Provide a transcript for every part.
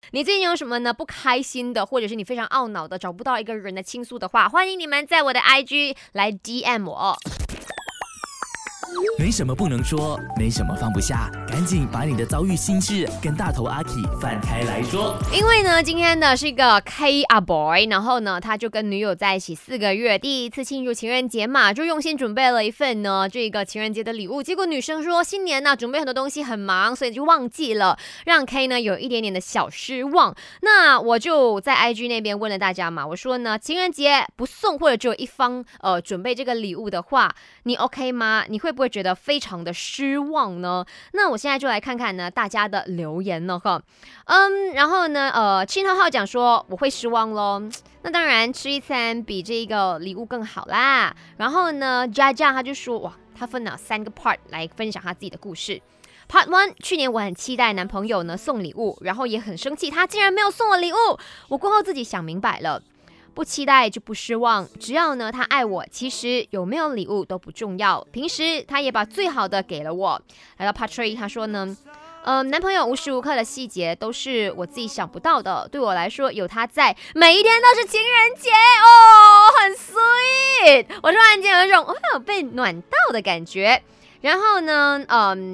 你最近有什么呢不开心的，或者是你非常懊恼的找不到一个人的倾诉的话，欢迎你们在我的 IG 来 DM 我。 没什么不能说，没什么放不下，赶紧把你的遭遇心事跟大头阿 K 翻开来说。 因为呢，今天呢是一个 K 阿 boy， 然后呢，他就跟女友在一起4个月，第一次庆祝情人节嘛，就用心准备了一份呢这个情人节的礼物。结果女生说新年呢准备很多东西很忙，所以就忘记了，让 K 呢有一点点的小失望。那我就在 IG 那边问了大家嘛，我说呢，情人节不送或者只有一方准备这个礼物的话，你 OK 吗？你会不会觉得非常的失望呢？那我现在就来看看呢大家的留言了哈。然后呢庆浩浩讲说我会失望咯，那当然吃一餐比这个礼物更好啦。然后呢佳佳他就说哇，他分了3个 part 来分享他自己的故事。Part 1， 去年我很期待男朋友呢送礼物，然后也很生气他竟然没有送我礼物。我过后自己想明白了，不期待就不失望，只要呢他爱我，其实有没有礼物都不重要。平时他也把最好的给了我。来到 Part 3， 他说呢男朋友无时无刻的细节都是我自己想不到的，对我来说有他在，每一天都是情人节哦，很 sweet。 我突然间有一种被暖到的感觉。然后呢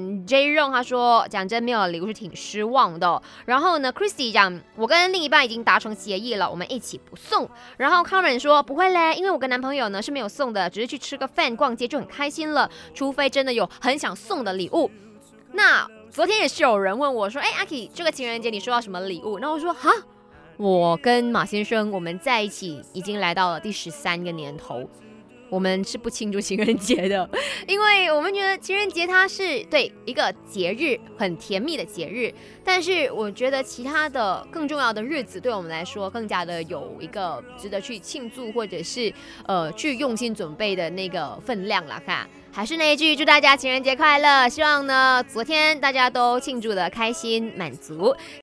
J Rong 他说讲真没有礼物是挺失望的。然后呢 Christy 讲我跟另一半已经达成协议了，我们一起不送。然后 Karen 说不会嘞，因为我跟男朋友呢是没有送的，只是去吃个饭逛街就很开心了，除非真的有很想送的礼物。那昨天也是有人问我说阿 K 这个情人节你收到什么礼物？然后我说哈，我跟马先生我们在一起已经来到了第13个年头，我们是不庆祝情人节的，因为我们觉得情人节它是对一个节日，很甜蜜的节日，但是我觉得其他的更重要的日子对我们来说更加的有一个值得去庆祝或者是去用心准备的那个分量啦哈。还是那一句，祝大家情人节快乐！希望呢昨天大家都庆祝的开心满足。